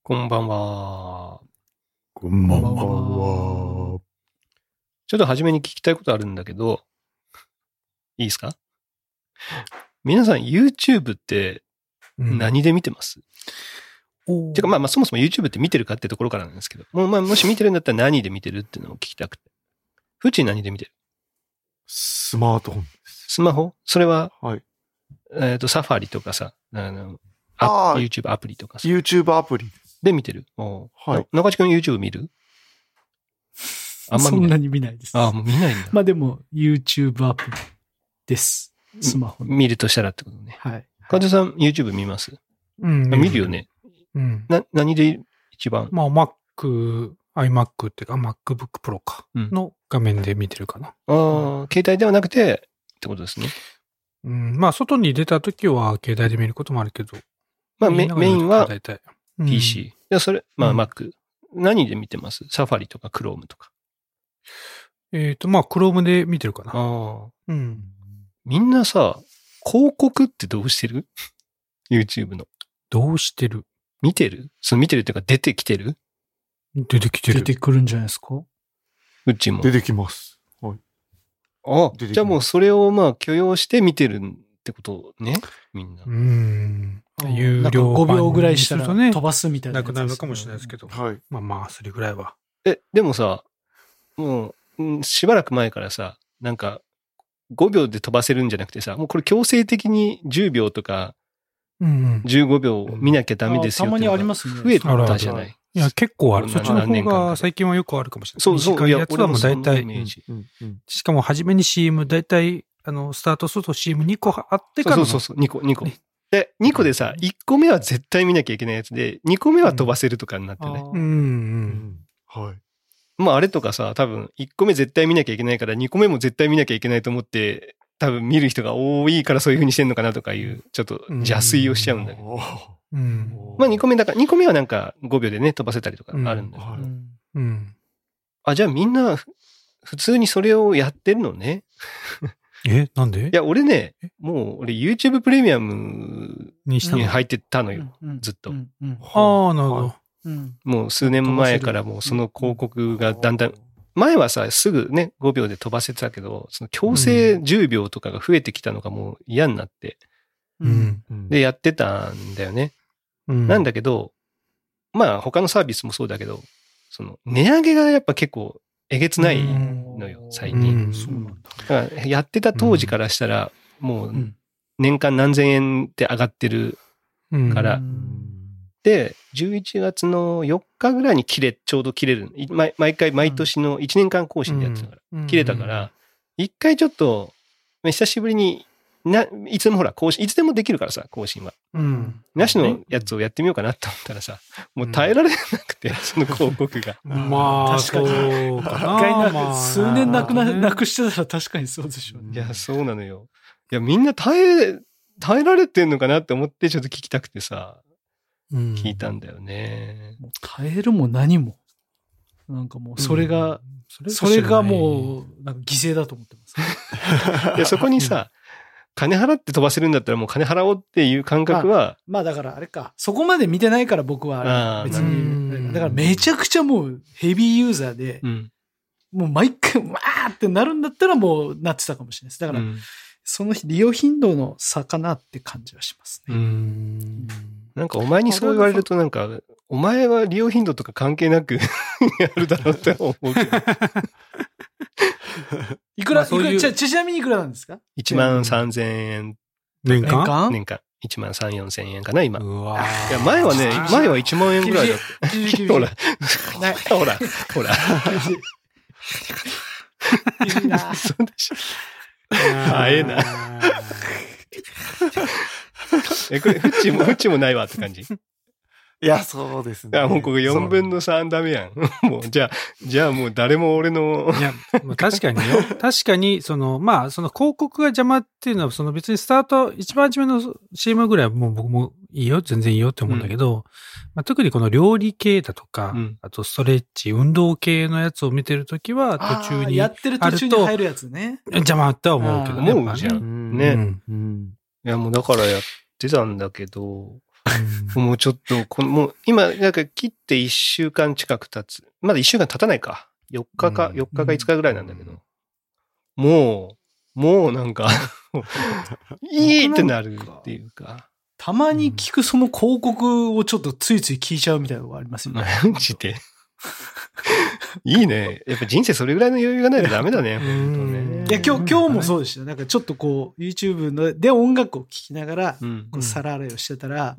こんばんは。 こんばんは。 ちょっと初めに聞きたいことあるんだけど、いいですか？皆さん YouTube って何で見てます？てかまあそもそも YouTube って見てるかってところからなんですけど、もし見てるんだったら何で見てるっていうのを聞きたくて。フチ何で見てる？ スマートフォンです。 スマホ？それは、 はい。 サファリとかさ、YouTube アプリとかさ。 YouTube アプリで見てる？ はい。 中地君 YouTube 見る？あんま見ない。 そんなに見ないです。 もう見ないんだ。 まあでも YouTube アプリです。スマホの。 見るとしたらってことね。 はい。 患者さん YouTube 見ます？見るよね。何で一番？ まあ iMac っていうか MacBook Pro かの画面で見てるかな。 携帯ではなくてってことですね。 まあ外に出たときは携帯で見ることもあるけど。 まあメインは大体 PC。いや、それ、まあ Mac。何で見てます？サファリとか Chrome とか。 まあ Chrome で見てるかな。 みんなさ、広告ってどうしてる？ YouTube の。 どうしてる？ 見てるっていうか出てきてる？ 出てきてる。 出てくるんじゃないですか？ うちも。 出てきます。はい。 じゃあもうそれをまあ許容して見てるってことね。みんな。 有料5秒ぐらいしたら飛ばすみたいな。 なくなるのかもしれないですけど。 はい。 まあ、それぐらいは。 でもさ、もう、しばらく前からさ、なんか、5秒で飛ばせるんじゃなくてさ、もうこれ強制的に10秒とか、15秒見なきゃダメですよ。 たまにありますね。 増えたじゃない。 いや、結構ある。そっちの方が最近はよくあるかもしれない。短いやつはもう大体、しかも初めに CM、大体、スタートすると CM2 個あってから。 そう、2個。で、2個でさ、1個目は絶対見なきゃいけないやつで、2個目は飛ばせるとかになってね。 はい。 まああれとかさ、多分1個目絶対見なきゃいけないから2個目も絶対見なきゃいけないと思って、多分見る人が多いからそういう風にしてんのかなとかいう、ちょっと邪推をしちゃうんだけど。まあ2個目だから、2個目はなんか5秒でね、飛ばせたりとかあるんだけど。じゃあみんな、普通にそれをやってるのね。 なんで？ いや、俺ね、もう俺 YouTube プレミアムに入ってたのよ。ずっと。 なるほど。 もう数年前からもうその広告がだんだん、前はさ、すぐね、5秒で飛ばせてたけど、その強制10秒とかが増えてきたのがもう嫌になって、で、やってたんだよね。なんだけど、まあ他のサービスもそうだけど、その値上げがやっぱ結構えげつないのよ、最近。だからやってた当時からしたら、もう年間何千円って上がってるから、で、11月の4日ぐらいにちょうど切れる。毎年の1年間更新でやってたから、切れたから、一回ちょっと、久しぶりに、いつでもほら、更新、いつでもできるからさ、更新は。なしのやつをやってみようかなと思ったらさ、もう耐えられなくて、その広告が。 まあ、 確かに。一回数年なくしてたら確かにそうでしょうね。 いや、そうなのよ。いや、みんな耐えられてんのかなって思ってちょっと聞きたくてさ、聞いたんだよね。 もう耐えるも何も。なんかもうそれがもうなんか犠牲だと思ってます。 いや、そこにさ、金払って飛ばせるんだったらもう金払おうっていう感覚は。 まあだからあれか。そこまで見てないから僕は別に。だからめちゃくちゃもうヘビーユーザーで、もう毎回わーってなるんだったらもうなってたかもしれないです。だから、その利用頻度の差かなって感じはしますね。 なんかお前にそう言われるとなんか、お前は利用頻度とか関係なくやるだろうって思うけど。 いくら、ちなみにいくらなんですか？ 13,000 円。 年間 13,000、4,000円かな、今。いや、前は1万円ぐらいだった。ほら。 いいな。 そうでしょ。早えな。これ、フッチもないわって感じ。 いや、そうですね。 もうここ4分の3ダメやん。もう、じゃあもう誰も俺の。 いや、確かによ。確かに、その広告が邪魔っていうのは、別にスタート、一番初めの CM ぐらいはもう僕もいいよ、全然いいよって思うんだけど、特にこの料理系だとか、あとストレッチ、運動系のやつを見てるときは、途中にやってる途中に入るやつね。 邪魔って思うけどね。 思うじゃん。ね。いや、もうだからやってたんだけど、 もうちょっと、もう今、なんか切って1週間近く経つ。まだ1週間経たないか。4日か5日ぐらいなんだけど。もうなんか、いいってなるっていうか。 たまに聞くその広告をちょっとついつい聞いちゃうみたいなのがありますよね。 マジで。いいね。やっぱ人生それぐらいの余裕がないとダメだね。本当ね。 いや、今日もそうでした。なんかちょっとこう、YouTube で音楽を聴きながら、こう皿洗いをしてたら、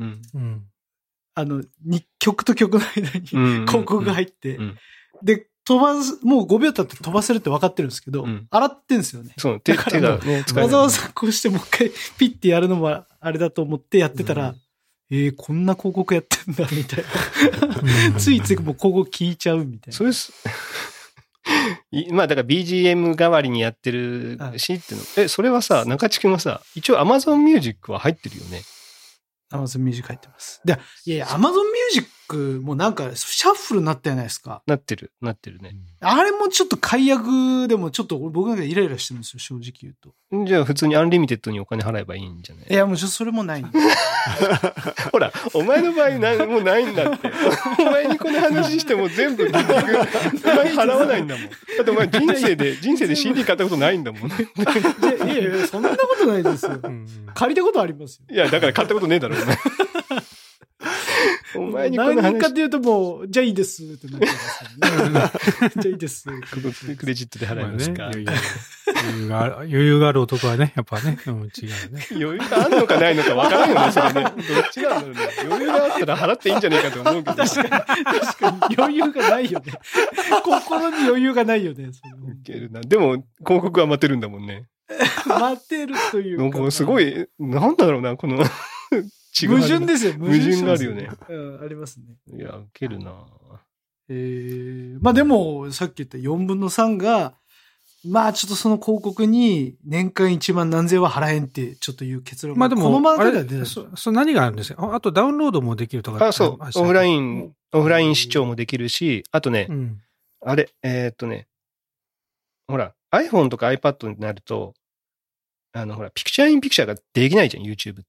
曲と曲の間に広告が入って、で、もう5秒経って飛ばせるって分かってるんですけど、洗ってんですよね。 そう、手がね、 わざわざこうしてもう一回ピッてやるのもあれだと思ってやってたら、こんな広告やってんだ、みたいな。ついついもう広告聞いちゃうみたいな。 そうです。まあだから BGM 代わりにやってるしっていうの。それはさ、中地君はさ、一応 Amazon Music は入ってるよね。 Amazon Music 入ってます。で、いや、Amazon Music もなんかシャッフルになったじゃないですか。 なってるね。 あれもちょっと解約でもちょっと僕なんかイライラしてるんですよ、正直言うと。 じゃあ普通にアンリミテッドにお金払えばいいんじゃない？ いや、もうそれもないんで。 ほら、お前の場合もうないんだって。お前にこの話しても全部結局、お前払わないんだもん。だってお前人生で CD 買ったことないんだもんね。 いや、そんなことないですよ。借りたことありますよ。 いや、だから買ったことねえだろ、お前。お前にこの話。 何かっていうともう、じゃあいいですってなってますよね。じゃあいいです。 クレジットで払いますか。 余裕がある男はね、やっぱね、違うね。 余裕があるのかないのか分からんよね、それね。どっちなんだろうね。余裕があったら払っていいんじゃねえかと思うけど。 確かに余裕がないよね。心に余裕がないよね。 いけるな。でも、広告は待てるんだもんね。 待てるというか。 なんかすごい、なんだろうな、この矛盾ですよ、 矛盾があるよね。 ありますね。 いや、ウケるな。 まあでも、さっき言った4分の3が、まあちょっとその広告に年間1万何千は払えんってちょっという結論が。 まあでも、 このままでは出ない。 何があるんですよ。あとダウンロードもできるとか。 そう。オフライン視聴もできるし、あとね、あれ、ほら、iPhone とか iPad になると、ほら、ピクチャーインピクチャーができないじゃん、YouTube って。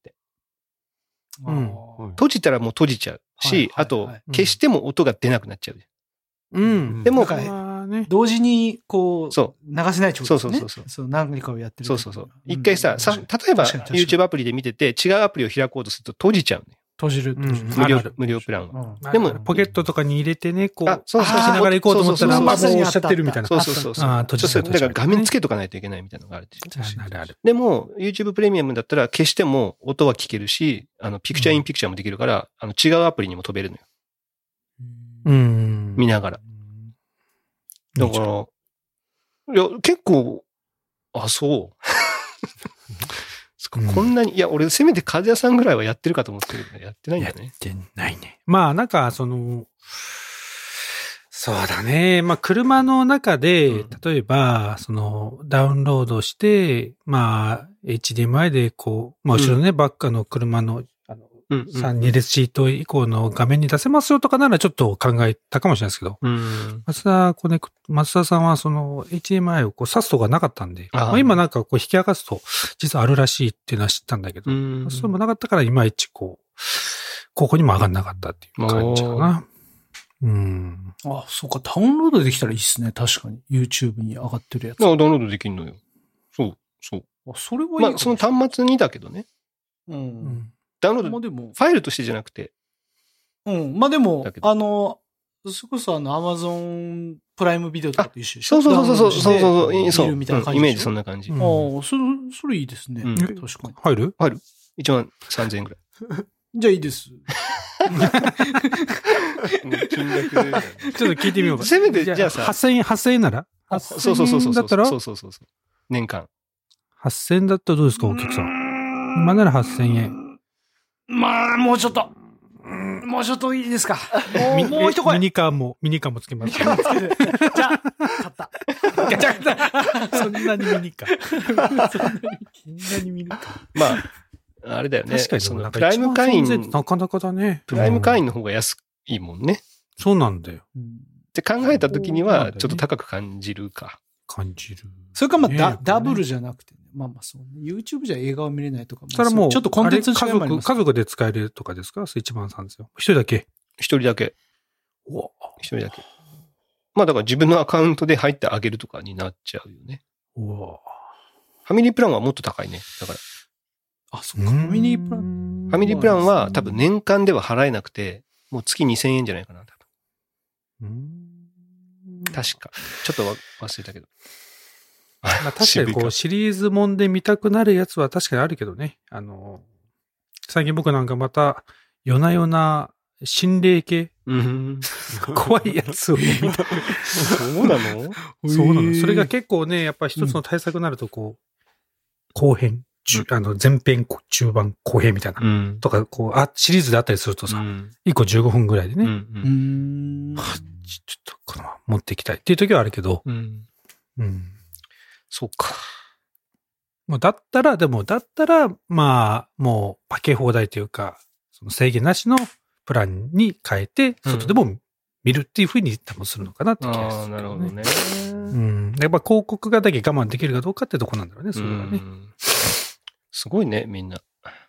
閉じたらもう閉じちゃうし、あと、消しても音が出なくなっちゃう。でも、 同時に、こう、流せないってことですね。 そう。 何かをやってる。 そう。一回さ、例えば YouTube アプリで見てて、違うアプリを開こうとすると閉じちゃうね。 閉じる。 無料プランは。 でも、ポケットとかに入れてね、こう、しながら行こうと思ったら、もう押しちゃってるみたいな。 そう。閉じちゃう。だから画面つけとかないといけないみたいなのがあるでしょ。でも、YouTube プレミアムだったら消しても音は聞けるし、ピクチャーインピクチャーもできるから、違うアプリにも飛べるのよ。見ながら。だから、いや、結構、そう。こんなに、いや、俺、せめて和也さんぐらいはやってるかと思ってるけど、やってないんだね。 やってないね。まあ、なんか、そうだね。まあ、車の中で、例えば、ダウンロードして、まあ、HDMI で、こう、まあ、後ろね、バックの車の、2列シート以降の画面に出せますよとかならちょっと考えたかもしれないですけど、松田さんはその HDMI をこう挿すとかなかったんで、まあ、今なんかこう引き上がすと実はあるらしいっていうのは知ったんだけど、それもなかったからいまいちここにも上がんなかったっていう感じかな。 そうか、ダウンロードできたらいいっすね。確かに。YouTube に上がってるやつ。 ダウンロードできんのよ。そう。 それはいい。 まあ、その端末にだけどね。ダウンロード、ファイルとしてじゃなくて。 まあでも、それこそAmazon プライムビデオとかと一緒でしょ。 そう。 見るみたいな感じ。 イメージそんな感じ。 それいいですね。確かに。 入る ?1万3000円ぐらい。 じゃあいいです。 金額。 ちょっと聞いてみようか。 せめて、じゃあさ。 8000円ならそう。 だったらそう。年間。 8000円だったらどうですか、お客さん。今なら8000円。 まあ、もうちょっといいですか。もう一声。 ミニカーもつけます。じゃあ、買った。そんなにミニカー。 まあ、あれだよね。 確かにそのプライム会員。 なかなかだね。 プライム会員の方が安いもんね。 そうなんだよ。 って考えたときには、ちょっと高く感じるか。 感じる。 それかまあ、ダブルじゃなくてね。 まあまあそうね。YouTube じゃ映画を見れないとかも。 それはもう、 ちょっとコンテンツの違いもあります。 家族で使えるとかですか？スイッチマンさんですよ。一人だけ。 一人だけ。一人だけ。まあだから自分のアカウントで入ってあげるとかになっちゃうよね。 ファミリープランはもっと高いね。だから。 あ、そうか。ファミリープラン。 ファミリープランは多分年間では払えなくて、もう月2000円じゃないかな、多分。確か。ちょっと忘れたけど。 まあ確かにこうシリーズもんで見たくなるやつは確かにあるけどね。最近僕なんかまた夜な夜な心霊系、怖いやつを見た。 そうなの？ そうなの。それが結構ね、やっぱ一つの対策になるとこう、後編、前編、中盤、後編みたいな。とか、こう、シリーズであったりするとさ、1個15分ぐらいでね。ちょっとこのまま持っていきたいっていう時はあるけど。 そうか。 もうだったら、まあ、もう、パケ放題というか、その制限なしのプランに変えて、外でも見るっていうふうに多分するのかなって気がする、ね。なるほどね。やっぱ広告がだけ我慢できるかどうかってとこなんだろうね、それはね。 すごいね、みんな。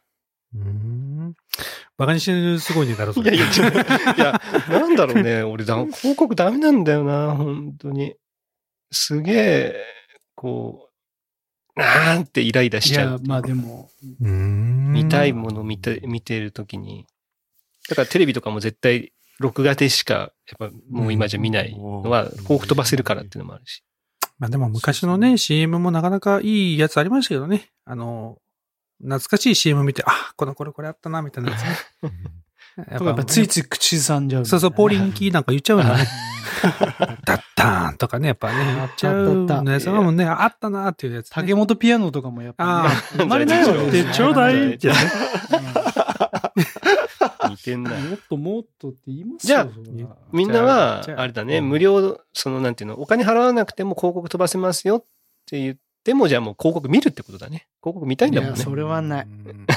バカにしてるすごいねだろ、それ。 いや、なんだろうね、俺広告ダメなんだよな、本当に。すげえ、こう、なんてイライラしちゃう。いや、 まあでも。 見たいもの見てるときに。だからテレビとかも絶対、録画でしか、やっぱもう今じゃ見ないのは、広告飛ばせるからっていうのもあるし。 まあでも昔のね、CM もなかなかいいやつありましたけどね。懐かしい CM 見て、これあったな、みたいなやつね。 やっぱついつい口ずさんじゃう。 そうそう、ポーリンキーなんか言っちゃうよね。ダッターンとかね、やっぱね、言っちゃうのやつがもんね、あったなっていうやつ、ね。 竹本ピアノとかもやっぱ、ね。生まれないよね。 ちょうだいってね。 似てんな。 もっとって言いますよ。じゃあ、みんなは、あれだね、無料、なんていうの、お金払わなくても広告飛ばせますよって言っても、じゃあもう広告見るってことだね。広告見たいんだもんね。 いや、それはない。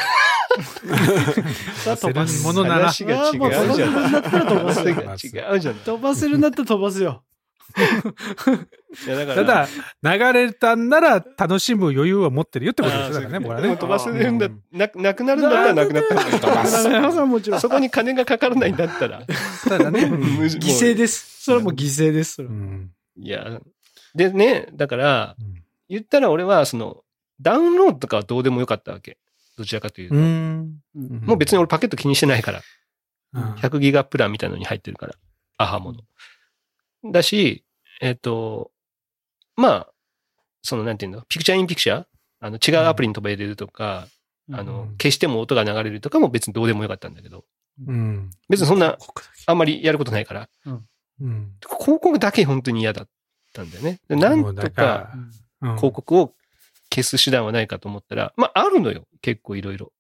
飛ばすものなら。 話が違うじゃん。違うじゃん。 飛ばせるんだったら飛ばすよ。 いやただ、流れたんなら楽しむ余裕は持ってるよってことですよね、僕らね。 飛ばせるんだ、なくなるんだったらなくなったら飛ばす。 もちろん。 そこに金がかからないんだったら。 ただね、 犠牲です。それはもう犠牲です。 いや、でね、だから、言ったら俺は、ダウンロードとかはどうでもよかったわけ。どちらかというと。もう別に俺パケット気にしてないから。100ギガプランみたいなのに入ってるから。アハモの。だし、まあ、なんていうの、ピクチャーインピクチャー違うアプリに飛べれるとか、消しても音が流れるとかも別にどうでもよかったんだけど。別にそんな、あんまりやることないから。広告だけ本当に嫌だったんだよね。なんとか、広告を消す手段はないかと思ったら、まあ、あるのよ。結構いろいろ。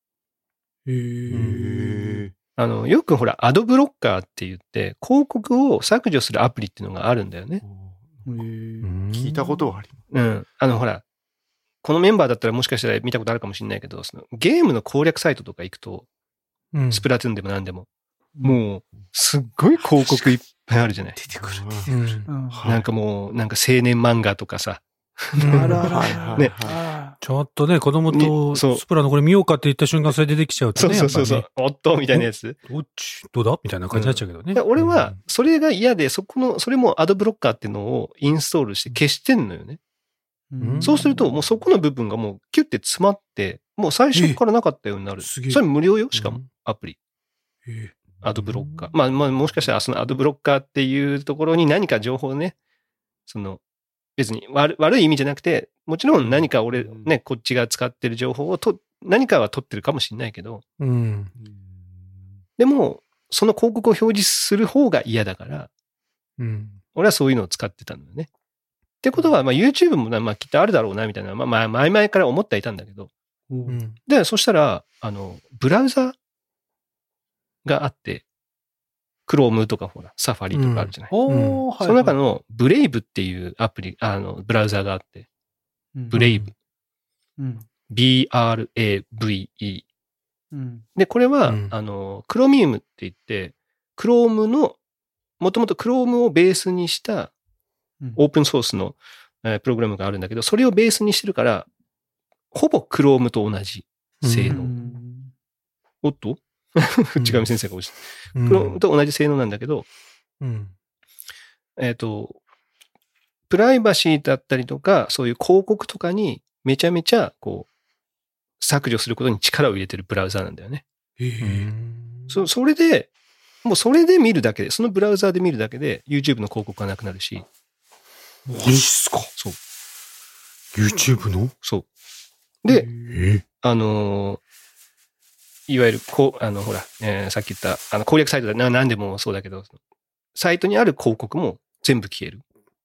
よくほら、アドブロッカーって言って、広告を削除するアプリっていうのがあるんだよね。 聞いたことはあります。ほら、このメンバーだったらもしかしたら見たことあるかもしれないけど、ゲームの攻略サイトとか行くと、スプラトゥーンでも何でも、もう、すっごい広告いっぱいあるじゃない。 出てくる。 なんかもう、なんか青年漫画とかさ。 ね。 ちょっとね、子供とスプラのこれ見ようかって言った瞬間それ出てきちゃうとね。 そう。おっとみたいなやつ。 どうだみたいな感じになっちゃうけどね。 俺は、それが嫌で、それもアドブロッカーっていうのをインストールして消してんのよね。そうすると、もうそこの部分がもうキュッて詰まって、もう最初からなかったようになる。それ無料よ、しかも、アプリ。アドブロッカー。まあ、もしかしたらそのアドブロッカーっていうところに何か情報をね、別に悪い意味じゃなくて、もちろん何か俺ね、こっちが使ってる情報を何かは取ってるかもしれないけど、でも、その広告を表示する方が嫌だから、俺はそういうのを使ってたんだよね。ってことは、まあ YouTube もまあきっとあるだろうな、みたいな、まあ前々から思っていたんだけど、で、そしたら、ブラウザがあって、Chrome とかほら、サファリとかあるじゃない。その中のブレイブっていうアプリ、ブラウザがあって、ブレイブ。B-R-A-V-E。で、これは、Chromium って言って、Chrome の、もともと Chrome をベースにしたオープンソースのプログラムがあるんだけど、それをベースにしてるから、 ほぼ Chrome と同じ性能。おっと内上先生がおっしゃる。Chrome と同じ性能なんだけど、プライバシーだったりとか、そういう広告とかにめちゃめちゃ、こう、削除することに力を入れてるブラウザーなんだよね。それで、もうそれで見るだけで、そのブラウザーで見るだけで、YouTube の広告がなくなるし。 マジっすか？ そう。 YouTube の？ そう。で、いわゆる、ほら、さっき言った、攻略サイトで何でもそうだけど、サイトにある広告も全部消える。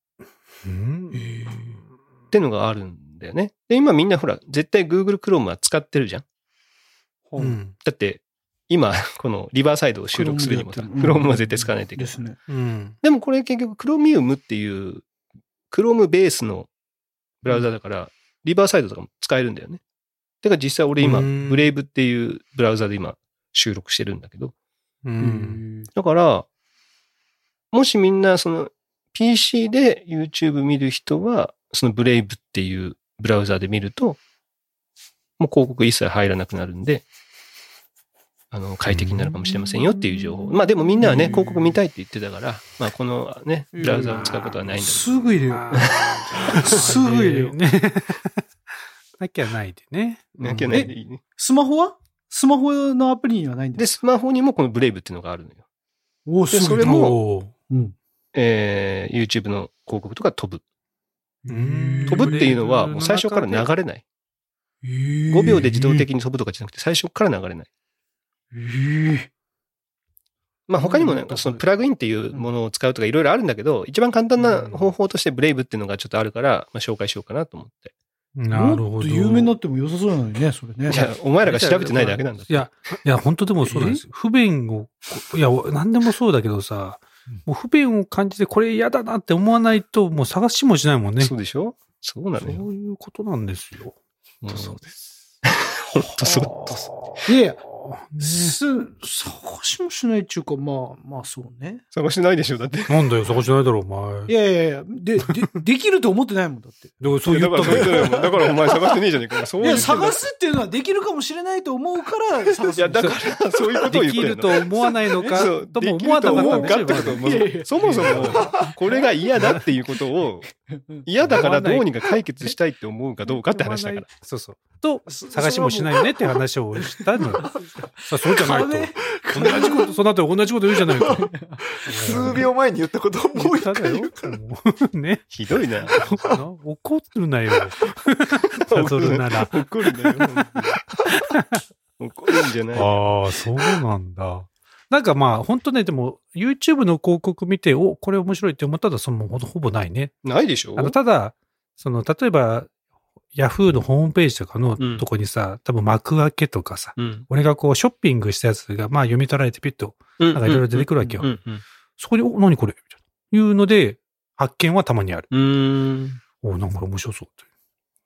ってのがあるんだよね。で、今みんなほら、絶対 Google Chrome は使ってるじゃん。だって、今、このリバーサイドを収録するにもさ、Chrome は絶対使わないといけない。ですね。でもこれ結局 Chromium っていう、Chrome ベースのブラウザだから、リバーサイドとかも使えるんだよね。てか実際俺今、ブレイブっていうブラウザで今収録してるんだけど。だから、もしみんなその PC で YouTube 見る人は、そのブレイブっていうブラウザで見ると、もう広告一切入らなくなるんで、快適になるかもしれませんよっていう情報。まあでもみんなはね、広告見たいって言ってたから、まあこのね、ブラウザを使うことはないんだけど。 すぐ入れよう。すぐ入れよう。 なきゃないでね。 なきゃないでいいね。 スマホのアプリにはないんだで、スマホにもこのブレイブっていうのがあるのよ。 おー、 それも、YouTube の広告とか飛ぶ。飛ぶっていうのはもう最初から流れない。5秒で自動的に飛ぶとかじゃなくて最初から流れない。まあ他にもね、そのプラグインっていうものを使うとかいろいろあるんだけど、一番簡単な方法としてブレイブっていうのがちょっとあるから、まあ紹介しようかなと思って。 なるほど。もっと有名になっても良さそうなのにね、それね。 いや、お前らが調べてないだけなんだって。 いや、本当でもそうなんですよ。不便を、いや、何でもそうだけどさ、もう不便を感じてこれ嫌だなって思わないと、もう探しもしないもんね。 そうでしょ？そうなのよ。 そういうことなんですよ。 そうです。ほんとそう。 いやいや、探しもしないっていうか、まあそうね。 探してないでしょ、だって。 なんだよ、探してないだろ、お前。 いや、できると思ってないもん、だって。 そう言ったのだからお前探してねえじゃねえか。 いや、探すっていうのはできるかもしれないと思うから探す。 いや、だからそういうことを言ってる。 できると思わないのか、とも思わなかったんでしょ。そもそも、これが嫌だっていうことを、嫌だからどうにか解決したいって思うかどうかって話だから。 そうそう。と、探しもしないよねって話をしたの。そうじゃないと。同じこと、その後同じこと言うじゃないか。 数秒前に言ったことをもう一回言うから。 ね。 ひどいな。 怒るなよ。サドルなら。 怒るなよ。怒るんじゃない。 ああ、そうなんだ。なんかまあ、本当ね、でも、YouTube の広告見て、これ面白いって思ったら、ほぼないね。 ないでしょ？ ただ、例えば、ヤフーのホームページとかのとこにさ、多分幕開けとかさ、俺がこうショッピングしたやつがまあ読み取られてピッと、なんかいろいろ出てくるわけよ。そこで、何これみたいな。いうので、発見はたまにある。なんか面白そうって。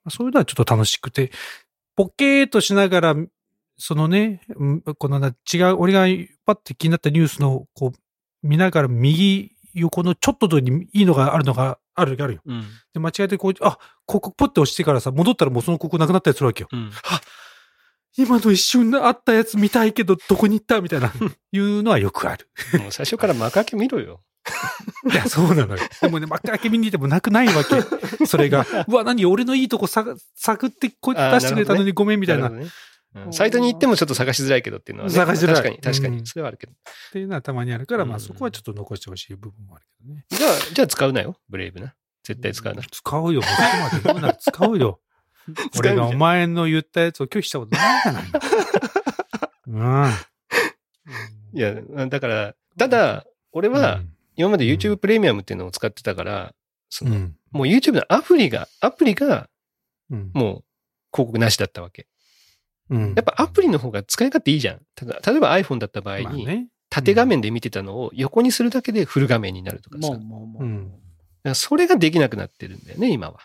そういうのはちょっと楽しくて、ポケーっとしながら、この違う、俺がパッて気になったニュースの、こう、見ながら右横のちょっとにいいのがあるあるよ。で、間違えてこう、広告ポッて押してからさ、戻ったらもうその広告なくなったりするわけよ。今の一瞬あったやつ見たいけど、どこに行ったみたいな、いうのはよくある。 もう最初から幕開け見ろよ。 いや、そうなのよ。でもね、幕開け見に行ってもなくないわけ。それが、うわ、何俺のいいとこ探ってこうやって出してくれたのにごめんみたいな。 サイトに行ってもちょっと探しづらいけどっていうのはね。 探しづらい。 確かに。それはあるけど。 っていうのはたまにあるから、まあそこはちょっと残してほしい部分もあるけどね。 じゃあ使うなよ。ブレイブな。絶対使うな。 使うよ。そこまで言うなら使うよ。俺がお前の言ったやつを拒否したことないじゃない。 いや、だから、ただ、俺は今まで YouTube プレミアムっていうのを使ってたから、もう YouTube のアプリが、もう広告なしだったわけ。やっぱアプリの方が使い勝手いいじゃん。例えば iPhone だった場合に、縦画面で見てたのを横にするだけでフル画面になるとかさ。それができなくなってるんだよね、今は。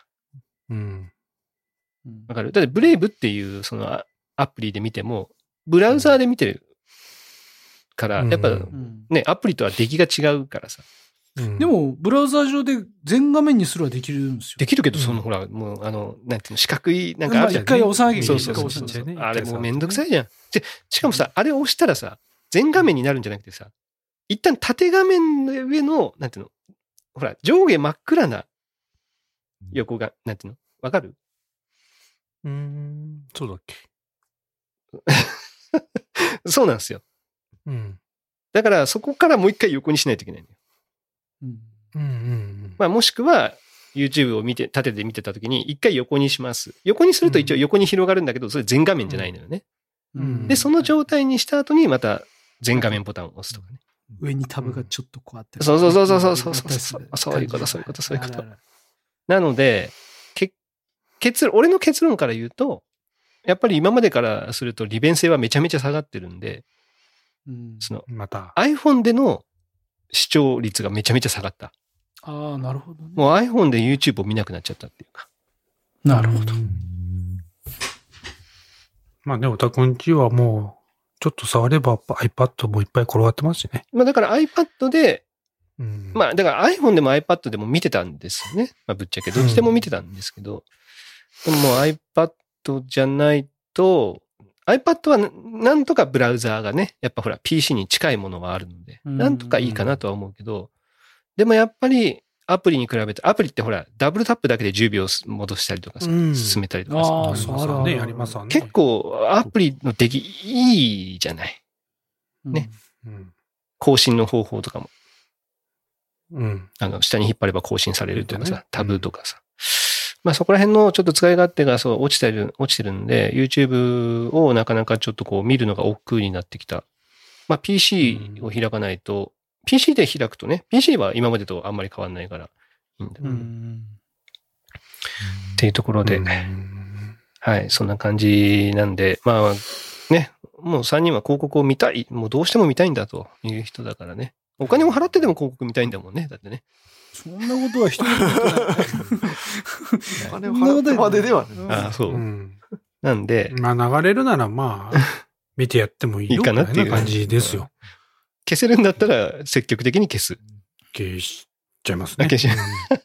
わかる？だってブレイブっていうそのアプリで見ても、ブラウザーで見てるから、やっぱね、アプリとは出来が違うからさ。 でも、ブラウザー上で全画面にするはできるんですよ。 できるけど、ほら、もう、なんていうの、四角い、なんかあるじゃん。 一回押さなきゃいけない。 そう。あれもうめんどくさいじゃん。しかもさ、あれを押したらさ、全画面になるんじゃなくてさ、一旦縦画面の上の、なんていうの、ほら、上下真っ暗な横が、なんていうの、わかる？ そうだっけ。 そうなんですよ。 うん。 だから、そこからもう一回横にしないといけないのよ。まあ、もしくは、YouTube を縦で見てたときに、一回横にします。横にすると一応横に広がるんだけど、それ全画面じゃないのよね。で、その状態にした後に、また全画面ボタンを押すとかね。 上にタブがちょっとこうあって。 そう。そういうこと。なので、俺の結論から言うと、やっぱり今までからすると利便性はめちゃめちゃ下がってるんで、 また iPhone での視聴率がめちゃめちゃ下がった。 ああ、なるほどね。 もう iPhone で YouTube を見なくなっちゃったっていうか。 なるほど。 まあね、おたくんちはもう、ちょっと触れば iPad もいっぱい転がってますしね。 まあだから iPad で、まあだから iPhone でも iPad でも見てたんですよね。まあぶっちゃけどっちでも見てたんですけど、でももう iPad じゃないと、iPad はなんとかブラウザーがね、やっぱほら PC に近いものはあるので、なんとかいいかなとは思うけど、でもやっぱりアプリに比べて、アプリってほら、ダブルタップだけで10秒戻したりとかさ、進めたりとかさ。 ああ、そうね、ありますね。 結構アプリの出来いいじゃない。ね。更新の方法とかも。下に引っ張れば更新されるというかさ、タブとかさ。まあそこら辺のちょっと使い勝手がそう落ちてるんで、YouTube をなかなかちょっとこう見るのが億劫になってきた。まあ PC を開かないと、PC で開くとね、PC は今までとあんまり変わんないからいいんだけど。っていうところで、はい、そんな感じなんで、まあね、もう3人は広告を見たい、もうどうしても見たいんだという人だからね。お金を払ってでも広告見たいんだもんね、だってね。 そんなことは一人で言ってない。 お金を払ってまでではね。 ああ、そう。なんで。 まあ流れるならまあ、見てやってもいいかなっていう感じですよ。 消せるんだったら積極的に消す。 消しちゃいますね。 消し、はい。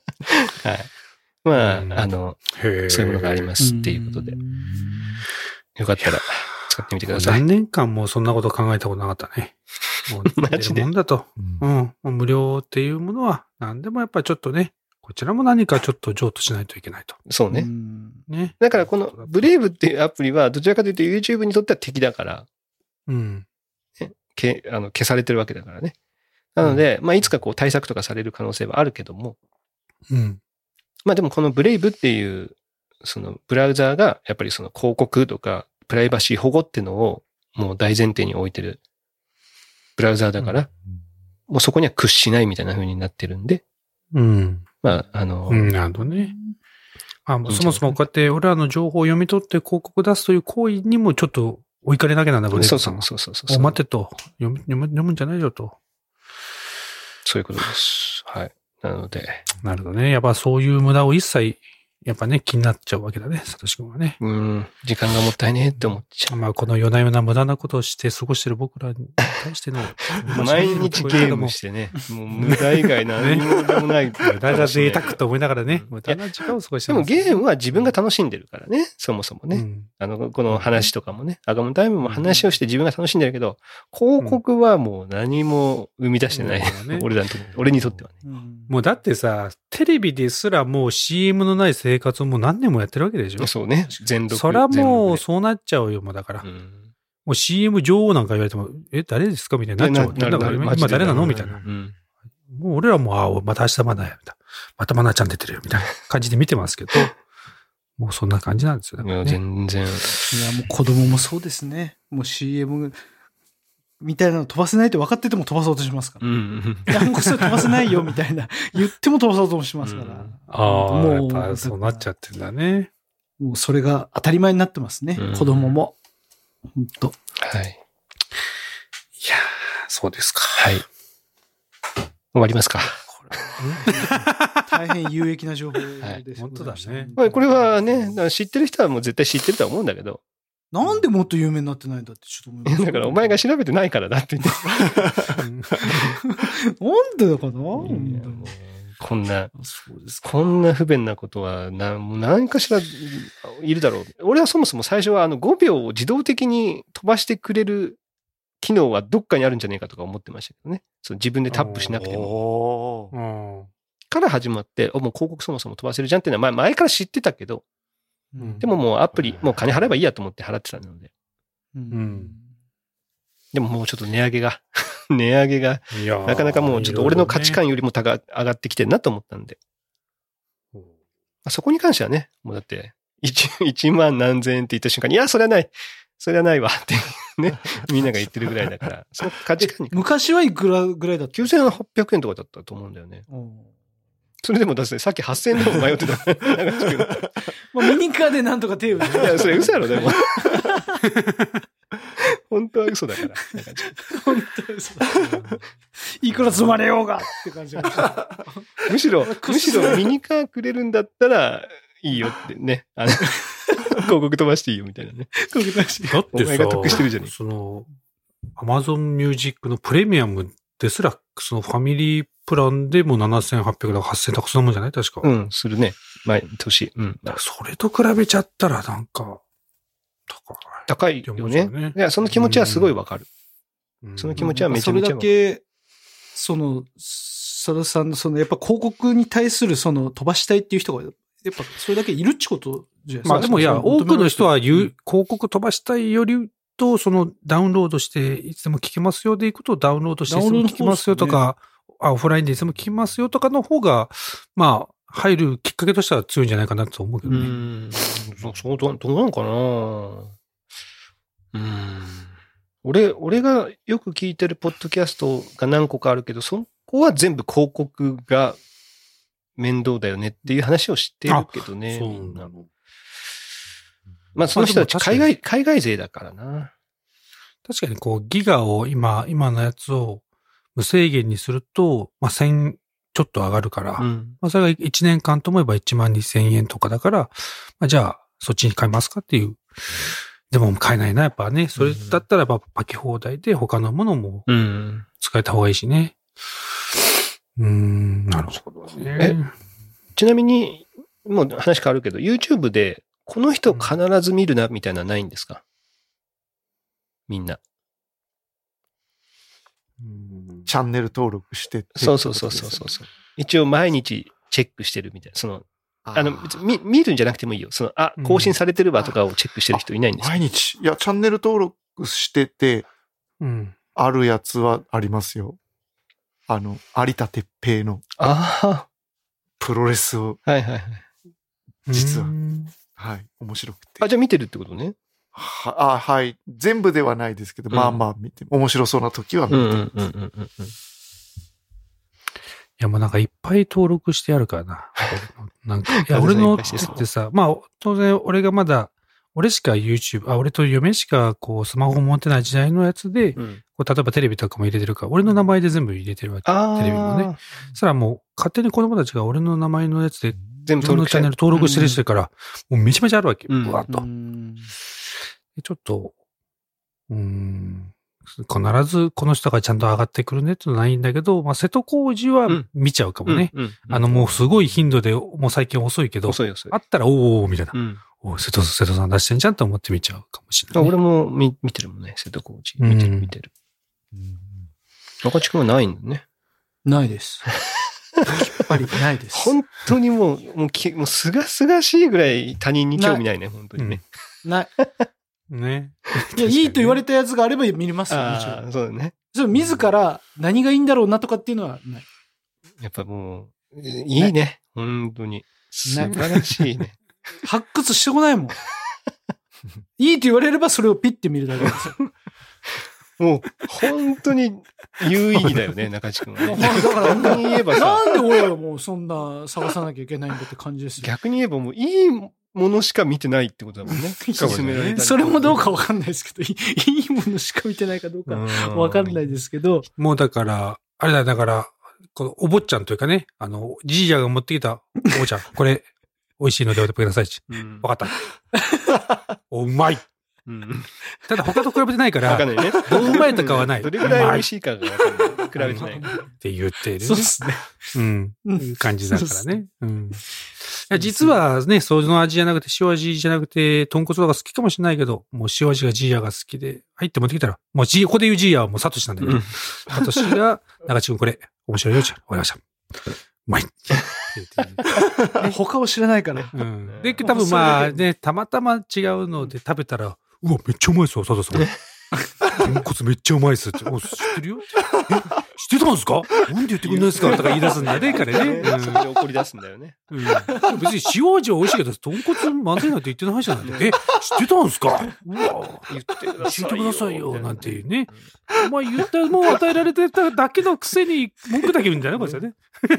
まあ、そういうものがありますっていうことで。よかったら使ってみてください。 何年間もそんなこと考えたことなかったね。もうマジで。 もんだと。もう無料っていうものは何でもやっぱりちょっとね、こちらも何かちょっと譲渡しないといけないと。 そうね。ね。だからこのブレイブっていうアプリはどちらかというと YouTube にとっては敵だから。消されてるわけだからね。なので、まあいつかこう対策とかされる可能性はあるけども。まあでもこのブレイブっていうそのブラウザーがやっぱりその広告とかプライバシー保護っていうのをもう大前提に置いてるブラウザーだから、もうそこには屈しないみたいな風になってるんで。まあなるほどね。そもそもこうやって俺らの情報を読み取って広告出すという行為にもちょっとお怒りなけなんだ、これ。 そう。 待てと。読むんじゃないよと。 そういうことです。はい。なので。 なるほどね。やっぱそういう無駄を一切、やっぱね、気になっちゃうわけだね、サトシ君はね。 時間がもったいねえって思っちゃう。 まあ、この夜な夜な無駄なことをして過ごしてる僕らに対しての。 毎日ゲームしてね。もう無駄以外何もでもない。 無駄が贅沢と思いながらね。無駄な時間を過ごしてます。 でもゲームは自分が楽しんでるからね。そもそもね。この話とかもね。アガムタイムも話をして自分が楽しんでるけど、広告はもう何も生み出してない。俺にとってはね。 もうだってさ、テレビですらもう CM のない生活をもう何年もやってるわけでしょ。 そうね。全録。 そらもうそうなっちゃうよ、もうだから。もう CM 女王なんか言われても、誰ですかみたいになっちゃう。今誰なのみたいな。もう俺らも、また明日まだや、みたいな。またまなちゃん出てるよ、みたいな感じで見てますけど、もうそんな感じなんですよ。 いや、全然。いや、 もう子供もそうですね。もう CM みたいなの飛ばせないって分かってても飛ばそうとしますから。なんかそれ飛ばせないよみたいな言っても飛ばそうとしますから。 もうやっぱそうなっちゃってんだね。 もうそれが当たり前になってますね。子供も。本当。 はい。いやそうですか。 はい。終わりますか。 大変有益な情報です。 本当だね。 これはね、知ってる人はもう絶対知ってるとは思うんだけど、 なんでもっと有名になってないんだってちょっと思います。 だからお前が調べてないからだって言って。 なんでだかな、 こんな不便なことは何かしらいるだろう。俺はそもそも最初は5秒を自動的に飛ばしてくれる機能はどっかにあるんじゃねえかとか思ってましたけどね。そう自分でタップしなくても。から始まって、もう広告そもそも飛ばせるじゃんっていうのは前から知ってたけど、でももうアプリ、もう金払えばいいやと思って払ってたので。でももうちょっと値上げがなかなかもうちょっと俺の価値観よりも上がってきてるなと思ったんで。そこに関してはね、もうだって、1万何千円って言った瞬間に、いや、それはないわってね、みんなが言ってるぐらいだから、その価値観に。 昔はいくらぐらいだった ?9800 円とかだったと思うんだよね。それでもだってさっき8000円でも迷ってた。 ミニカーでなんとか手を打って。 いや、それ嘘やろ、でも。本当は嘘だから。 本当は嘘だ。いくら積まれようがって感じが。 むしろミニカーくれるんだったらいいよってね。広告飛ばしていいよみたいなね。 広告飛ばしていい。だってさ、お前が得してるじゃねえか。Amazon Music のプレミアムですら、そのファミリープランでも7800だから8000とかそんなもんじゃない確か。 するね。毎年。 それと比べちゃったらなんか、 高いよね。いや、その気持ちはすごいわかる。その気持ちはめちゃめちゃ。 それだけ、佐田さんのやっぱ広告に対する飛ばしたいっていう人が、やっぱそれだけいるっちことじゃないですか。 でもいや、多くの人は広告飛ばしたいよりと、ダウンロードしていつでも聞けますよでいくと、ダウンロードしていつでも聞けますよとか、オフラインでいつでも聞けますよとかの方が、入るきっかけとしては強いんじゃないかなと思うけどね。 どうなのかな。俺がよく聞いてるポッドキャストが何個かあるけど、そこは全部広告が面倒だよねっていう話を知ってるけどね。みんな。その人たち海外勢だからな。 確かにギガを今のやつを無制限にすると、1000ちょっと上がるから、それが1年間と思えば12000円とかだから、じゃあそっちに買いますかっていう。でも買えないな、やっぱね。それだったらやっぱパケ放題で他のものも使えた方がいいしね。なるほどね。 ちなみに、もう話変わるけど、YouTube でこの人必ず見るなみたいなのはないんですか？みんな。 チャンネル登録してって。 そう。一応毎日チェックしてるみたいな。別に見るんじゃなくてもいいよ。更新されてるわとかをチェックしてる人いないんですか？ 毎日。いや、チャンネル登録してて、あるやつはありますよ。有田哲平の。プロレスを。実は。面白くて。 じゃあ見てるってことね。 はい。全部ではないですけど、見て、面白そうな時は見てる。 いや、もうなんかいっぱい登録してあるからな。なんか、いや、俺のってさ、当然俺がまだ、俺しか YouTube、俺と嫁しかスマホ持ってない時代のやつで、例えばテレビとかも入れてるから、俺の名前で全部入れてるわけ。テレビもね。そしたらもう勝手に子供たちが俺の名前のやつで、 全部のチャンネル登録してるから、もうめちゃめちゃあるわけ。ぶわっと。ちょっと、必ずこの人がちゃんと上がってくるねってのはないんだけど、瀬戸康史は見ちゃうかもね。もうすごい頻度で、もう最近遅いけど、あったら、みたいな。瀬戸さん出してんじゃんと思って見ちゃうかもしれない。 俺も見てるもんね、瀬戸康史。見てる。中地君はないんだね。 ないです。やっぱりないです。 本当にもうすがすがしいぐらい他人に興味ないね、本当にね。 ない。 ね。 いいと言われたやつがあれば見れますよ、もちろん。 そうだね。 自ら何がいいんだろうなとかっていうのはない。 やっぱもう、いいね。本当に。素晴らしいね。 発掘してこないもん。いいと言われればそれをピッて見るだけですよ。 もう、本当に有意義だよね、中地君は。だから逆に言えばさ。なんで俺はもうそんな探さなきゃいけないんだって感じですよ。 逆に言えばもういいものしか見てないってことだもんね。 勧められた。それもどうかわかんないですけど、いいものしか見てないかどうかわかんないですけど。 もうだから、あれだから、このお坊ちゃんというかね、じいちゃんが持ってきたお坊ちゃん、これ、美味しいのでお食べください。わかった。うまい。 ただ他と比べてないから、 わかんないね。 どううまいとかはない。 どれぐらい美味しいかがわかんない。比べてない。 って言ってる。 そうですね。 感じだからね。いや実はね、その味じゃなくて、塩味じゃなくて、豚骨とか好きかもしれないけど、もう塩味がジーヤが好きで、入って持ってきたら、もうここで言うジーヤはもうサトシなんだけど、サトシが、中地君これ、面白いよ、わかりました。うまい。 他を知らないから。 で、多分まあね、たまたま違うので食べたら、うわ、めっちゃうまいっすよ、サトさん。豚骨めっちゃうまいっすって。知ってるよ知ってたんですかなんで言ってくれないですかとか言い出すんだね、彼ね。 それで怒り出すんだよね。 別に塩味は美味しいけど、豚骨まずいなんて言ってないじゃない。知ってたんですかうわ言ってくださいよ、なんていうね。お前言ったもん与えられてただけのくせに文句だけ言うんだよね、これね。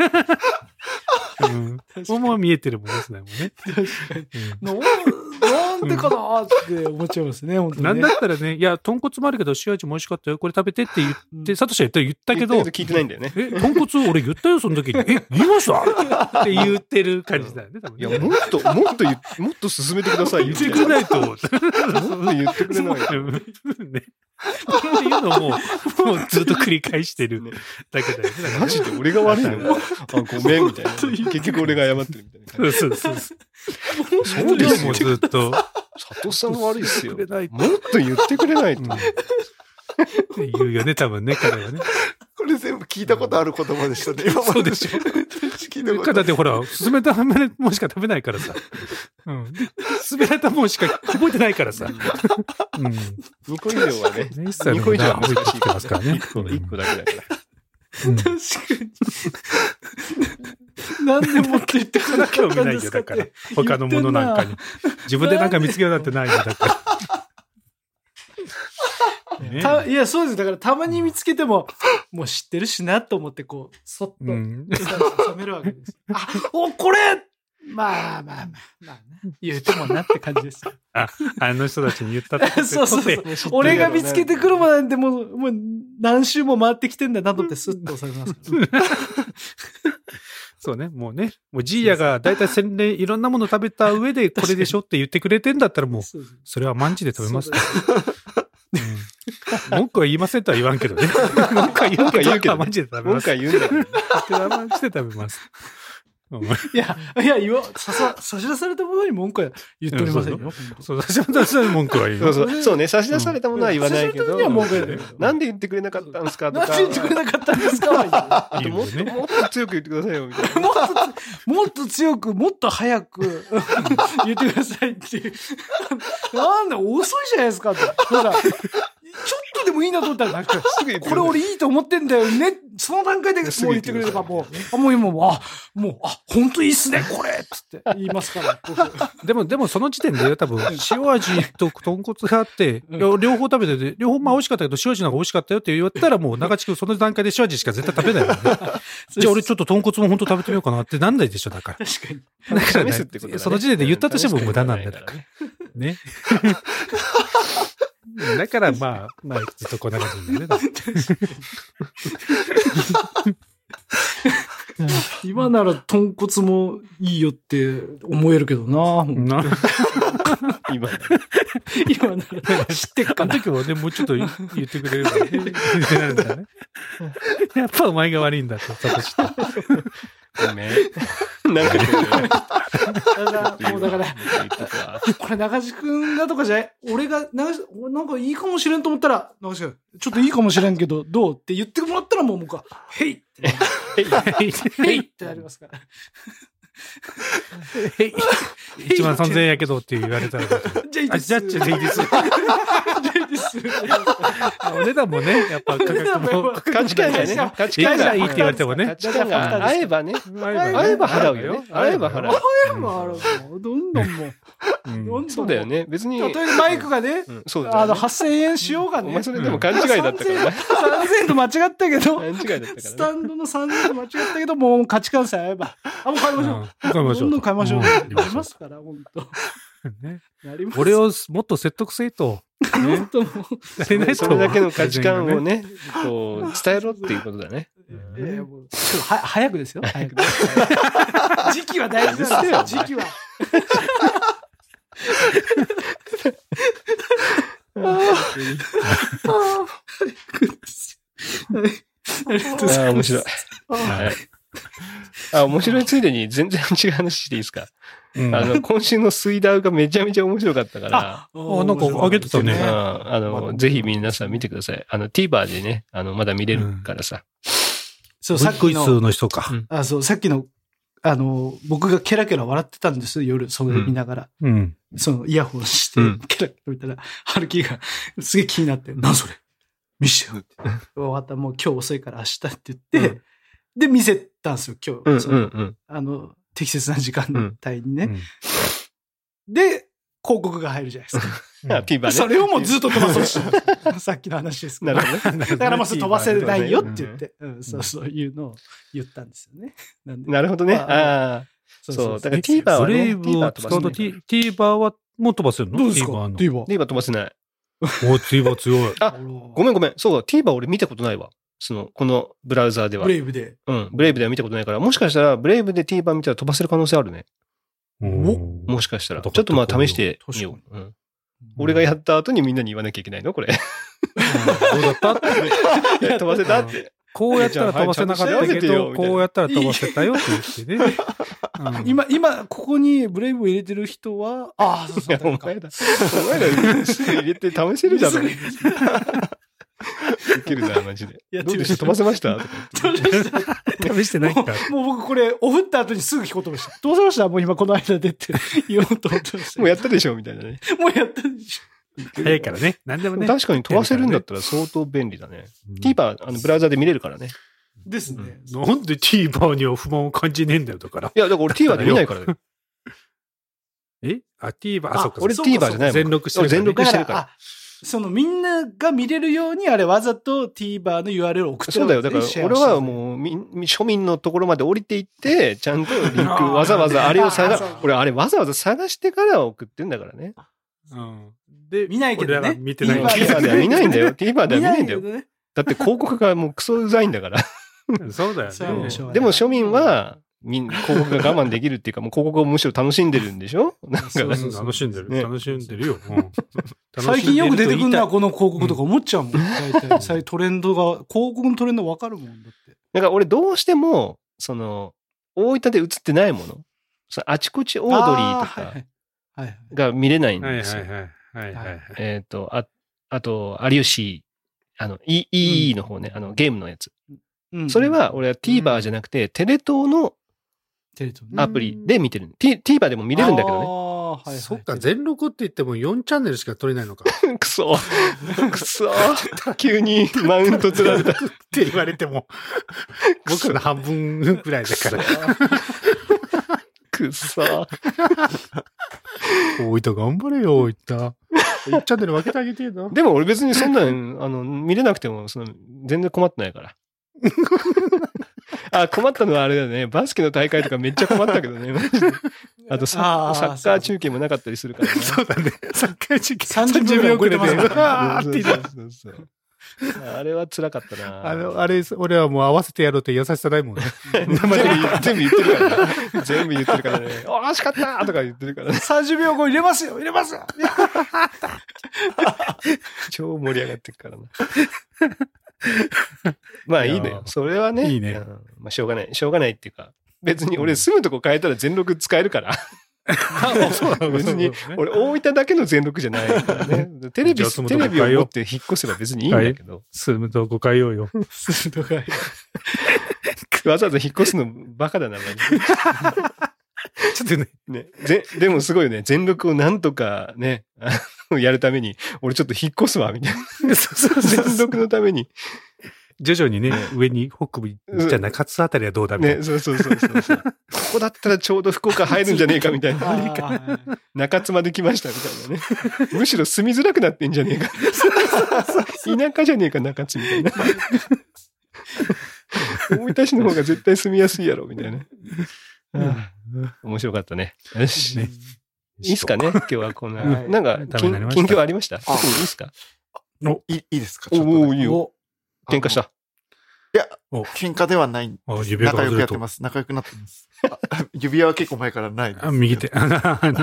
そのまま見えてるもんですね、もうね。 確かに。なんでかなーって思っちゃいますね、本当に。 なんだったらね、いや、豚骨もあるけど、塩味も美味しかったよ、これ食べてって言って、サトシは言ったけど、 聞いてないんだよね。 豚骨俺言ったよ、その時に。言いましたって言ってる感じだよね、多分ね。 いや、もっと進めてください。 言ってくれないと。もっと言ってくれないと。 ね。っていうのも、もうずっと繰り返してるだけだよね。 マジで俺が悪いの？ごめん、みたいな。結局俺が謝ってるみたいな。 そう。 そうですよ。 ずっと。 佐藤さん悪いっすよ。もっと言ってくれないと。 って言うよね、多分ね、彼はね。 これ全部聞いたことある言葉でしたね、今まで。 そうでしょ。だってほら、勧めたもんしか食べないからさ。勧められたもんしか覚えてないからさ。 2個以上はね。 2個以上は覚えてますからね。 1個だけだから。 確かに。何でもって言ってくれなかったんですかって。興味ないよ、だから。 他のものなんかに。自分でなんか見つけようなんてないよ、だから。 いや、そうです。だからたまに見つけても、もう知ってるしなと思って、こう、そっと、冷めるわけです。これまあね。言うてもなって感じです。 あの人たちに言ったってそう。俺が見つけてくるもんなんてもう何周も回ってきてんだなとってスッと押されますから。 そうね、もうジーヤがだいたい1000年いろんなもの食べた上でこれでしょって言ってくれてんだったらもう、それはマンチで食べます。文句は言いませんとは言わんけどね。文句は言うけど、マジで食べます。 文句は言うんだけど。 マジで食べます。 いや、差し出されたものに文句は言っておりませんよ。 そう、差し出された文句は言う。 そうね、差し出されたものは言わないけど、なんで言ってくれなかったんですかとか。 なんで言ってくれなかったんですかあともっと強く言ってくださいよ、みたいな。 もっと強く、もっと早く言ってくださいっていう。なんだ、遅いじゃないですかって。ほら、ちょっとでもいいなと思ったら、なんか、これ俺いいと思ってんだよね。その段階でもう言ってくれればもう今本当いいっすね、これつって言いますから。 でもその時点で多分、塩味と豚骨があって、両方食べてて、両方まあ美味しかったけど、塩味の方が美味しかったよって言ったら、もう中地君その段階で塩味しか絶対食べないもんね。じゃあ俺ちょっと豚骨も本当食べてみようかなってなんないでしょ、だから。 確かに。 だからね、その時点で言ったとしても無駄なんだよ。ね。だからまあ、ずっとこんな感じになるね。 今なら豚骨もいいよって思えるけどな。今なら知ってっかな。 あの時もね、もうちょっと言ってくれればね。ってなるんだね。やっぱお前が悪いんだって、サトシと。 ごめん。なんかもうだから、これ中地君がとかじゃない。俺がなんかいいかもしれんと思ったら、中地君、ちょっといいかもしれんけど、どうって言ってもらったらもう僕は、へいってなりますから。 1万3000円やけどって言われたら。 じゃあいいです。 じゃあいいです。お値段もね、やっぱ価格も。 価値観がね。価値観がいいって言われてもね。 価値観が合えばね。合えば払うよね。合えば払う。 どんどんもう。 そうだよね。別に。 例えばマイクがね、8000円しようがね。 お前それでも勘違いだったからね。 3000円と間違ったけど。 勘違いだったからね。 スタンドの3000円と間違ったけど、もう価値観さえ合えば。もう買いましょう。どんどん買いましょう。ありますから、本当。 俺をもっと説得せいと。 それだけの価値観をね、こう、伝えろっていうことだね。 早くですよ。時期は大事ですよ。時期は。 面白い。はい。面白いついでに全然違う話していいですか？今週の水ダウがめちゃめちゃ面白かったから。 なんか上げてたね。 ぜひ皆さん見てください。TVer でね、まだ見れるからさ。 そう、さっきの人か。 そう、さっきの、僕がケラケラ笑ってたんです、夜、それ見ながら。その、イヤホンして、ケラケラ見たら、春樹がすげえ気になって、何それ見してよって。終わった、もう今日遅いから明日って言って、で、見せたんですよ、今日。適切な時間帯にね。で、広告が入るじゃないですか。それをもうずっと飛ばそうして、さっきの話ですけど。だからもう飛ばせないよって言って、そういうのを言ったんですよね。 なるほどね。そう。だから TVer はね、 ブレイブを使うと TVer はもう飛ばせるの？ どうですか ?TVer 飛ばせない。 TVer 強い。 ごめん。そう、TVer 俺見たことないわ。このブラウザーでは。 ブレイブで。 ブレイブでは見たことないから、もしかしたらブレイブで TVer 見たら飛ばせる可能性あるね。もしかしたら。ちょっとまあ試してみよう。俺がやった後にみんなに言わなきゃいけないのこれ。どうだったって飛ばせたって。 こうやったら飛ばせなかったけど、こうやったら飛ばせたよって言ってね。今、ここにブレイブを入れてる人は、そうお前らすぐ入れて試せるじゃん。ウケるな、マジで。どうでした飛ばせました試してないんか。 もう僕これ、オフった後にすぐ聞こうと思いました。どうしましたもう今この間でって言おうと思ってました。 もうやったでしょみたいなね。 もうやったでしょ。早いからね。何でもね。 確かに飛ばせるんだったら相当便利だね。TVer、ブラウザで見れるからね。 ですね。 なんで TVer には不満を感じねえんだよ、だから。 いや、だから俺 TVer で見ないからね。 TVer、そっか。 俺 TVer じゃないもん。 全録してる。 全録してるから。 みんなが見れるように、あれわざと TVer の URL を送ってる。 そうだよ。だから、俺はもう、庶民のところまで降りていって、ちゃんとリンク、わざわざあれを俺、あれわざわざ探してから送ってんだからね。 で、見ないけどね。 見てない。 TVer では見ないんだよ。TVer では見ないんだよ。だって広告がもうクソうざいんだから。 そうだよね。 でも庶民は、広告が我慢できるっていうか、もう広告をむしろ楽しんでるんでしょなんか楽しんでる。楽しんでるよ。 最近よく出てくるのはこの広告とか思っちゃうもん。大体、トレンドが、広告のトレンドわかるもんだって。 だから俺どうしても、大分で映ってないもの、あちこちオードリーとかが見れないんですよ。あと、有吉、EE の方ね、ゲームのやつ。それは俺は TVer じゃなくて、テレ東のアプリで見てる。TVer でも見れるんだけどね。そっか、全録って言っても4チャンネルしか撮れないのか。 くそ。急にマウント取られたって言われても、僕の半分くらいだから。 くそ。 大分頑張れよ、大分。1チャンネル分けてあげてえな。 でも俺別にそんな見れなくても、全然困ってないから。困ったのはあれだよね。バスケの大会とかめっちゃ困ったけどね。あとサッカー中継もなかったりするからね。 そうだね。サッカー中継 30秒くらいで。 あれは辛かったな。 俺はもう合わせてやろうって優しさないもんね。 全部言ってるからね。全部言ってるからね。惜しかったとか言ってるからね。 30秒後入れますよ超盛り上がってるからな。まあいいのよ。それはね。 いいね。 まあしょうがない。しょうがないっていうか、別に俺住むとこ変えたら全録使えるから。別に、俺大分だけの全録じゃないからね。テレビを持って引っ越せば別にいいんだけど。 住むとこ変えようよ。 住むとこ変えよう。わざわざ引っ越すのバカだな、マジで。ちょっとね。でもすごいよね。全録をなんとかね、やるために、俺ちょっと引っ越すわ、みたいな。全録のために。 徐々にね、上に北部、じゃあ中津あたりはどうだみたいな。 ね、そう。ここだったらちょうど福岡入るんじゃねえかみたいな。中津まで来ましたみたいなね。むしろ住みづらくなってんじゃねえか。田舎じゃねえか、中津みたいな。大分市の方が絶対住みやすいやろ、みたいな。面白かったね。よし。いいっすかね今日はこんな。なんか、近況ありました？いいっすか？ いいですか？ちょっとね。 いいよ。喧嘩した？ いや、喧嘩ではない。仲良くやってます。仲良くなってます。指輪は結構前からないです。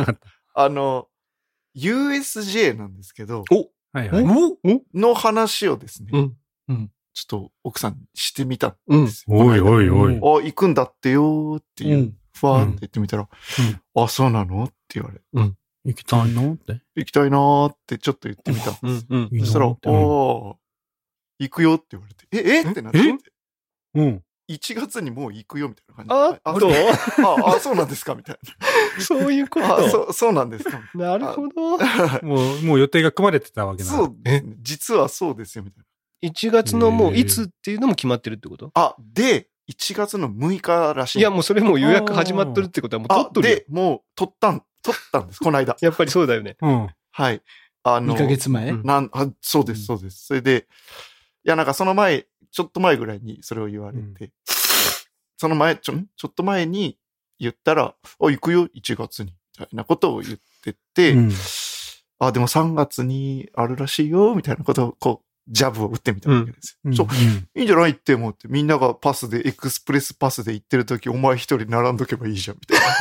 右手。 USJ なんですけど。 はいはい。 の話をですね、ちょっと奥さんにしてみたんですよ。 おいおいおい。 行くんだってよーっていう、ふわーって言ってみたら、あ、そうなのって言われ。 行きたいのって。 行きたいなーってちょっと言ってみた。そしたら、行くよって言われて、ってなって。1月にもう行くよみたいな感じ。そうなんですかみたいな。そういうこと。 そうなんですか。 なるほど。 もう予定が組まれてたわけだ。 そう。実はそうですよみたいな。 1月のもういつっていうのも決まってるってこと？ で、1月の6日らしい。 いや、もうそれもう予約始まっとるってことはもう取っとるよ。 で、もう取ったんです、この間。 やっぱりそうだよね。 はい。 2ヶ月前？ そうです、そうです。それで、いや、なんかその前、ちょっと前ぐらいにそれを言われて、その前、ちょっと前に言ったら、行くよ、1月に、みたいなことを言ってて、でも3月にあるらしいよ、みたいなことを、ジャブを打ってみたわけですよ。いいんじゃないって思って、みんながパスで、エクスプレスパスで行ってるとき、お前一人並んどけばいいじゃん、みたいな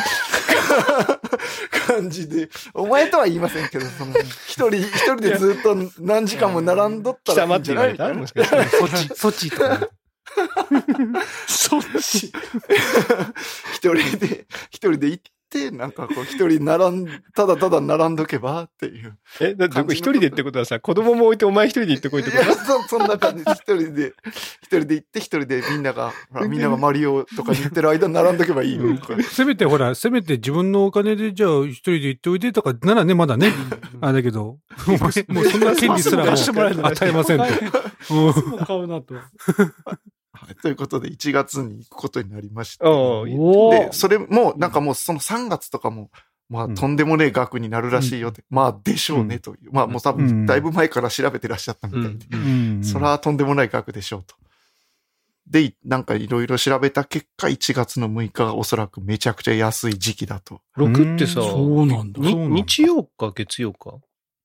感じで、お前とは言いませんけど、一人でずっと何時間も並んどったらいいんじゃないみたいな。 そっちとか。 そっち。 一人で行って、なんかこう一人ただ並んどけばっていう。 だって一人でってことはさ、子供も置いてお前一人で行ってこいってこと？ そんな感じで一人で行って一人でみんながマリオとかに行ってる間並んどけばいいよ。 せめて自分のお金でじゃあ一人で行っておいでとかならね、まだね。だけど、もうそんな権利すらも与えませんと。 買うなと。 ということで、1月に行くことになりました。で、それも、なんかもうその3月とかも、まあ、とんでもねえ額になるらしいよって、まあ、でしょうねという。まあ、もう多分、だいぶ前から調べてらっしゃったみたいで、それはとんでもない額でしょうと。で、なんかいろいろ調べた結果、1月の6日がおそらくめちゃくちゃ安い時期だと。 6ってさ、 そうなんだ。 日曜か月曜か？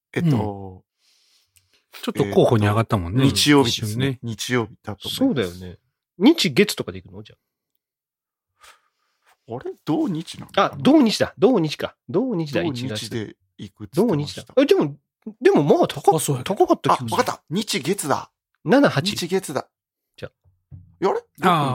ちょっと候補に上がったもんね。 日曜日ですね。日曜日だと思います。そうだよね。日月とかで行くのじゃあ。あれ同日なのかな？同日だ。同日か。同日だ、1月。 同日で行くって言ってました。同日だ。でもまあ高かった気がする。 わかった。日月だ。 7、8。 日月だ。 じゃあ。あれ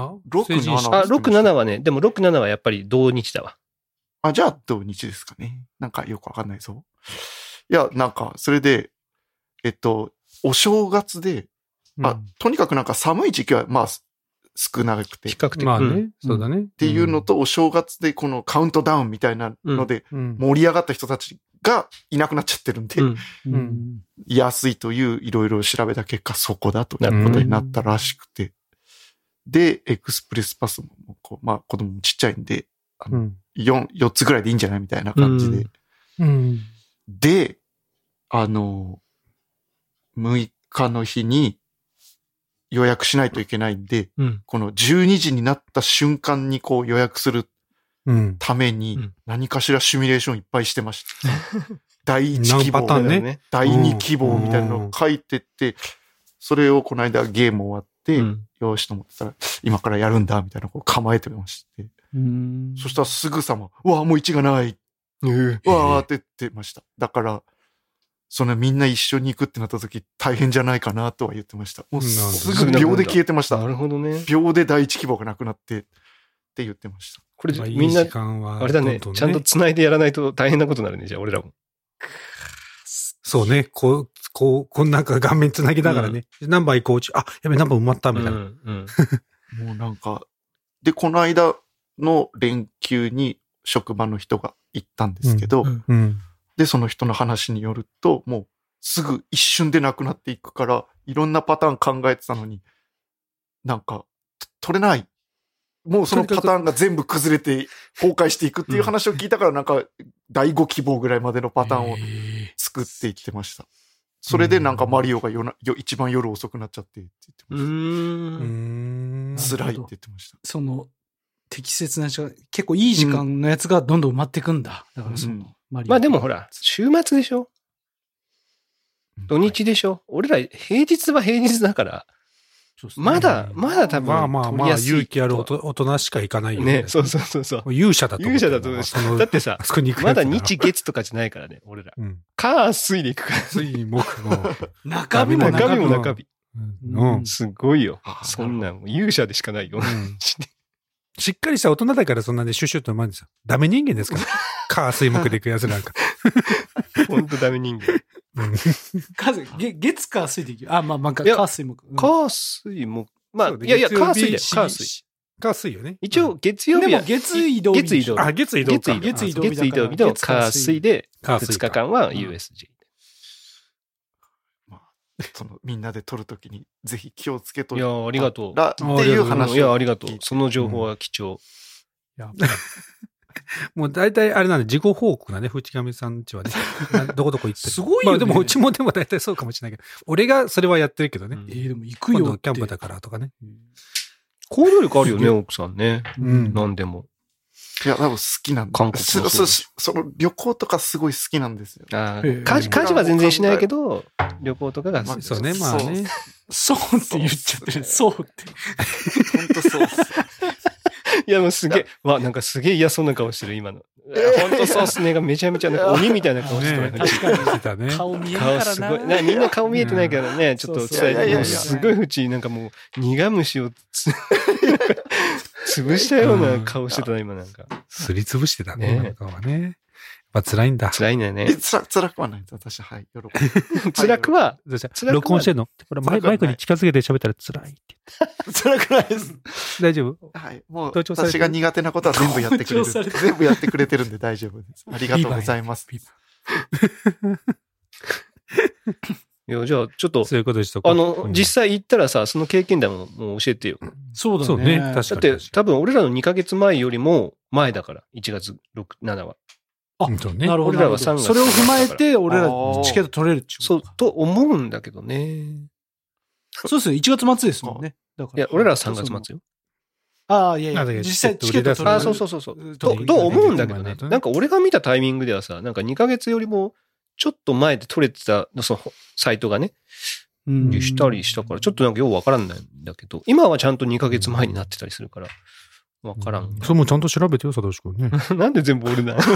?6、7。6、7はね、でも6、7はやっぱり同日だわ。 じゃあ同日ですかね。なんかよくわかんないぞ。いや、なんか、それで、お正月で、とにかくなんか寒い時期は、まあ、少なくて。 比較的。 まあね、そうだね。 っていうのと、お正月でこのカウントダウンみたいなので、盛り上がった人たちがいなくなっちゃってるんで、安いといういろいろ調べた結果、そこだということになったらしくて。で、エクスプレスパスも、まあ子供もちっちゃいんで、4つぐらいでいいんじゃないみたいな感じで。で、6日の日に予約しないといけないんで、この12時になった瞬間にこう予約するために何かしらシミュレーションいっぱいしてました。第1希望、第2希望みたいなのを書いてって、それをこの間ゲーム終わって、よーしと思ってたら、今からやるんだみたいなこう構えてまして。そしたらすぐさま、うわ、もう1がない。うわーって言ってました。だから、みんな一緒に行くってなった時大変じゃないかなとは言ってました。もうすぐ秒で消えてました。 なるほどね。 秒で第一希望がなくなってって言ってました。 これみんな、あれだね、ちゃんと繋いでやらないと大変なことになるね、じゃあ俺らも。 そうね、こんなんか顔面繋ぎながらね、ナンバー移行中、やべ、ナンバー埋まったみたいな。 もうなんか、で、この間の連休に職場の人が行ったんですけど、で、その人の話によると、もうすぐ一瞬でなくなっていくから、いろんなパターン考えてたのに、なんか、取れない。もうそのパターンが全部崩れて崩壊していくっていう話を聞いたから、なんか、第5希望ぐらいまでのパターンを作っていってました。それでなんかマリオが一番夜遅くなっちゃってって言ってました。辛いって言ってました。 適切な時間、結構いい時間のやつがどんどん埋まっていくんだ。だからまあでもほら、週末でしょ？土日でしょ？俺ら平日は平日だから。 まだ多分、 まあ、勇気ある大人しか行かないよね。そう。 勇者だと思う。 勇者だと思う。だってさ、まだ日月とかじゃないからね、俺ら。火水で行くから。 水木の。 中身も中身。すごいよ。そんなん、勇者でしかないよ。 しっかりした大人だからそんなにシュシュッとうまいんですよ。ダメ人間ですから。火水木で行くやつなんか。 ほんとダメ人間。 月火水で行く。あ、まあ、火水木。 火水木。まあ、いや、火水だよ。 火水よね。 一応、月曜日は。 月移動日。 月移動か。 月移動日の火水で、2日間は USJ。 みんなで撮るときにぜひ気をつけといて。 いや、ありがとう。 っていう話。 いや、ありがとう。その情報は貴重。 もう大体あれなんで、自己報告なね、淵上さんちはね。どこどこ行って。 すごいよね。 まあでもうちも大体そうかもしれないけど、俺がそれはやってるけどね。 でも行くよ。 今度キャンプだからとかね。 行動力あるよね、奥さんね。なんでも。 いや、多分好きなんだ。 韓国その旅行とかすごい好きなんですよ。 家事は全然しないけど、旅行とかが好き。 そうね、まあね。 そうって言っちゃってる。そうって。 本当そうっす。 いや、もうすげえ、なんかすげえ嫌そうな顔してる、今の。本当そうっすねがめちゃめちゃなんか鬼みたいな顔してる。 確かにしてたね。顔見えるからな。 顔すごい。みんな顔見えてないからね、ちょっと伝えて。もうすごい縁、なんかもう苦虫を潰したような顔してたな、今なんか。 すりつぶしてたね、なんかはね。やっぱ辛いんだ。 辛いんだよね。 辛くはないです、私。はい。喜ぶ。辛くは、 録音してんのこれマイクに近づけて喋ったら辛いって言って。辛くないです。 大丈夫？ はい。もう、私が苦手なことは全部やってくれる。全部やってくれてるんで大丈夫です。ありがとうございます。 いや、じゃあ、ちょっと、 そういうことでしたか。 実際行ったらさ、その経験談も教えてよ。 そうだね。 確かに。だって、多分俺らの2ヶ月前よりも前だから、1月6、7は。 あ、なるほど。 俺らは3月。 それを踏まえて、俺らチケット取れるってそう、と思うんだけどね。 そうですよ、1月末ですもんね。 いや、俺らは3月末よ。 ああ、いやいや、実際チケット取れる。 あ、そう。と思うんだけどね。なんか俺が見たタイミングではさ、なんか2ヶ月よりも、ちょっと前で取れてた、そのサイトがね、したりしたから、ちょっとなんかようわからんないんだけど、今はちゃんと2ヶ月前になってたりするから、わからん。 それもちゃんと調べてよ、サトシ君ね。 なんで全部俺なの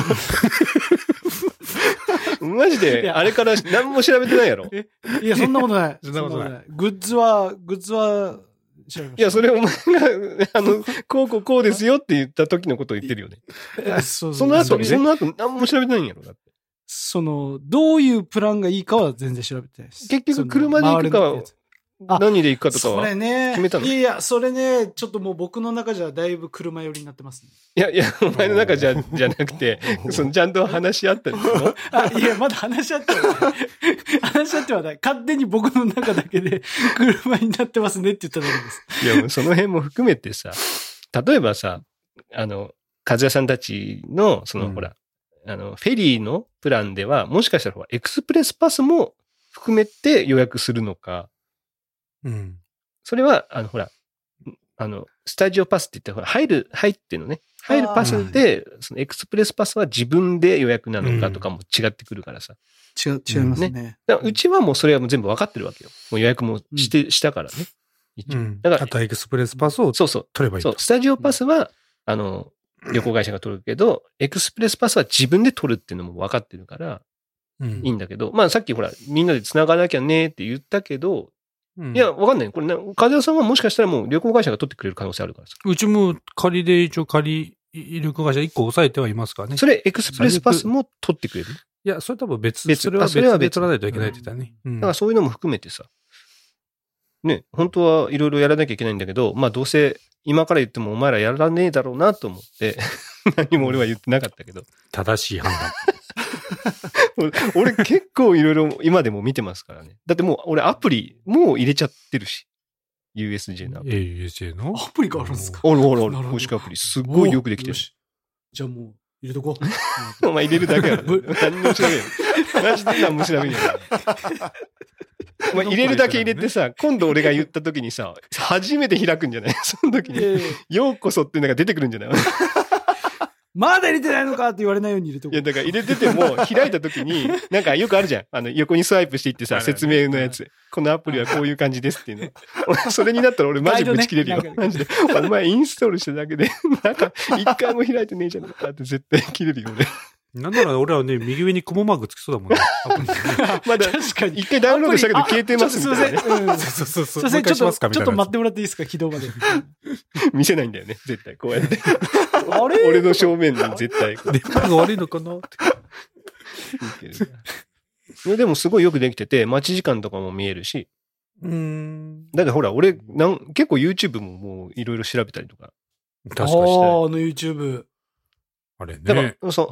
マジで、あれから何も調べてないやろ。 いや、そんなことない。そんなことない。グッズは、調べました。 いや、それお前が、こうですよって言った時のことを言ってるよね。その後何も調べてないんやろ、だって。 どういうプランがいいかは全然調べてないです。 結局車で行くか、何で行くかとかは決めたの？ いや、それね、ちょっともう僕の中じゃだいぶ車寄りになってますね。 いや、お前の中じゃなくて、ちゃんと話し合ったんですよ。 いや、まだ話し合ってはない。話し合ってはない。勝手に僕の中だけで車になってますねって言っただけです。 いや、もうその辺も含めてさ、例えばさ、和也さんたちの、ほら、フェリーのプランでは、もしかしたらエクスプレスパスも含めて予約するのか、それは、ほら、スタジオパスって言ったら、入ってのね、入るパスで、そのエクスプレスパスは自分で予約なのかとかも違ってくるからさ。 違いますね。 うちはもうそれはもう全部分かってるわけよ。もう予約もしたからね。 だから、あとエクスプレスパスを取ればいい。 そう、スタジオパスは、旅行会社が取るけど、エクスプレスパスは自分で取るっていうのも分かってるから、いいんだけど、まあさっきほら、みんなで繋がなきゃねって言ったけど、いや、わかんない。これ、和也さんはもしかしたらもう旅行会社が取ってくれる可能性あるからさ。 うちも旅行会社1個抑えてはいますからね。 それ、エクスプレスパスも取ってくれる？ いや、それ多分別。それは別で取らないといけないって言ったね。 だからそういうのも含めてさ、ね、本当はいろいろやらなきゃいけないんだけど、まあどうせ今から言ってもお前らやらねえだろうなと思って、何も俺は言ってなかったけど。 正しい判断。 俺結構いろいろ今でも見てますからね。だってもう俺アプリもう入れちゃってるし。USJ のアプリ。 USJ のアプリがあるんですか？ ある。公式アプリ。すっごいよくできてる。 じゃあもう入れとこう。お前入れるだけやろ。何も調べよ。マジで何も調べよ。お前入れるだけ入れてさ、今度俺が言った時にさ、初めて開くんじゃない？その時に、ようこそっていうのが出てくるんじゃない？ まだ入れてないのかって言われないように入れとこう。 いや、だから入れてても、開いた時に、なんかよくあるじゃん。横にスワイプしていってさ、説明のやつ。このアプリはこういう感じですっていうの。俺、それになったら俺マジぶち切れるよ。マジで。お前インストールしただけで、なんか、一回も開いてねえじゃんかって絶対切れるよね。 なんなら俺はね、右上に雲マークつきそうだもんね。 まだ、確かに。一回ダウンロードしたけど消えてますみたいなね。 そう。 すいません、ちょっと待ってもらっていいですか、起動まで。 見せないんだよね、絶対。こうやって。あれ俺の正面に絶対。 電波が悪いのかなって。 でもすごいよくできてて、待ち時間とかも見えるし。だってほら、俺、結構 YouTube ももういろいろ調べたりとか。 確かにして。YouTube。 あれね。 だから、そう、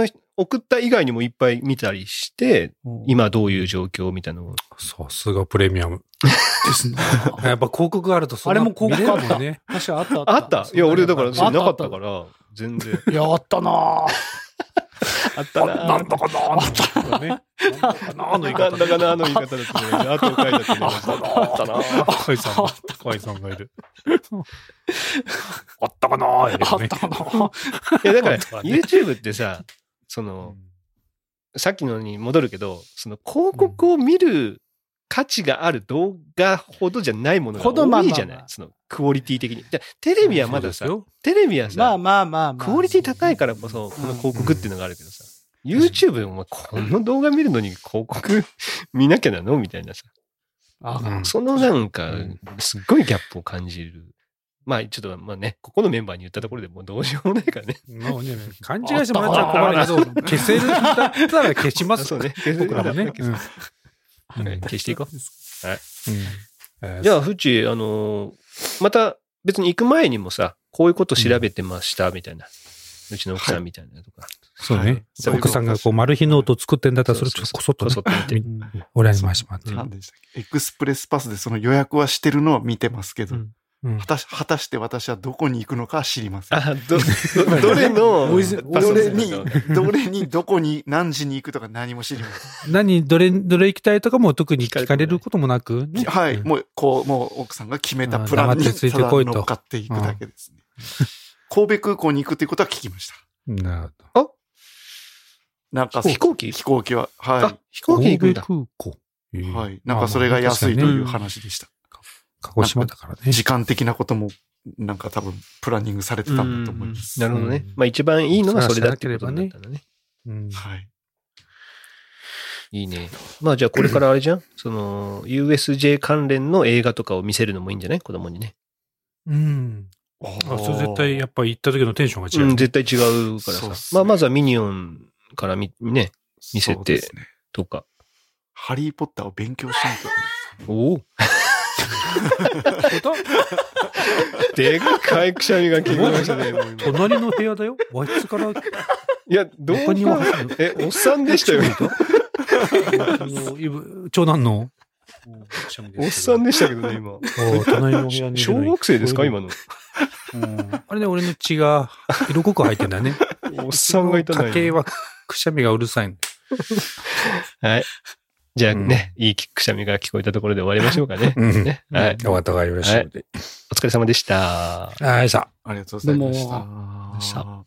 送った以外にもいっぱい見たりして、今どういう状況みたいなのを。 さすがプレミアム。ですね。やっぱ広告があるとあれも広告あったね。確かあった。 いや、俺だから、なかったから、全然。 いや、あったなあったななんだかなあったななんだかなの言い方。 なんだかなの言い方だったね。あと書いてあったね。あったな河合さんがいる。あったかなあったな。 いや、だから、YouTube ってさ、さっきのに戻るけど、広告を見る価値がある動画ほどじゃないものが多いじゃないクオリティ的に。テレビはまださ、テレビはさ、クオリティ高いからこそ、この広告っていうのがあるけどさ、YouTube でもこの動画見るのに広告見なきゃなのみたいなさ。そのなんか、すっごいギャップを感じる。まあ、ちょっと、まあね、ここのメンバーに言ったところでもうどうしようもないからね。 もうね、勘違いしてもらっちゃ困るけど、消せるんだったら消します。 そうね、消せるんだったらね。消していこう。はい。じゃあ、フチ、また別に行く前にもさ、こういうこと調べてました、みたいな。うちの奥さんみたいなとか。 そうね。奥さんがこう、マル秘ノート作ってんだったら、それちょっとこそっと見て、俺に回しまって。 何でしたっけ？エクスプレスパスでその予約はしてるのは見てますけど、果たして私はどこに行くのか知りません。 どれに、どこに、何時に行くとか何も知りません。 どれ行きたいとかも特に聞かれることもなく、 はい。もう奥さんが決めたプランに乗っかっていくだけですね。神戸空港に行くっていうことは聞きました。 なるほど。 なんか飛行機は、はい。 飛行機に行くんだ。 神戸空港。はい。なんかそれが安いという話でした。 鹿児島だからね。 時間的なことも、なんか多分、プランニングされてたんだと思います。 なるほどね。まあ一番いいのがそれだってことだったんだね。 はい。 いいね。まあじゃあこれからあれじゃんUSJ 関連の映画とかを見せるのもいいんじゃない子供にね。 それ絶対やっぱ行った時のテンションが違う。 絶対違うからさ。まあまずはミニオンから見せてとか。 ハリーポッターを勉強しないと。 おお。でっかいくしゃみが聞こえましたね。 隣の部屋だよ。和室から。いや、どこにも。おっさんでしたよ。 長男の。 おっさんでしたけどね、今。 隣の部屋に。 小学生ですか、今の。 あれね、俺の血が色濃く入ってんだね。 おっさんがいたね。 家計はくしゃみがうるさい。 はい。じゃあね、いいくしゃみが聞こえたところで終わりましょうかね。 はい。お後がよろしいので。 お疲れ様でした。 ありがとうございました。 どうも。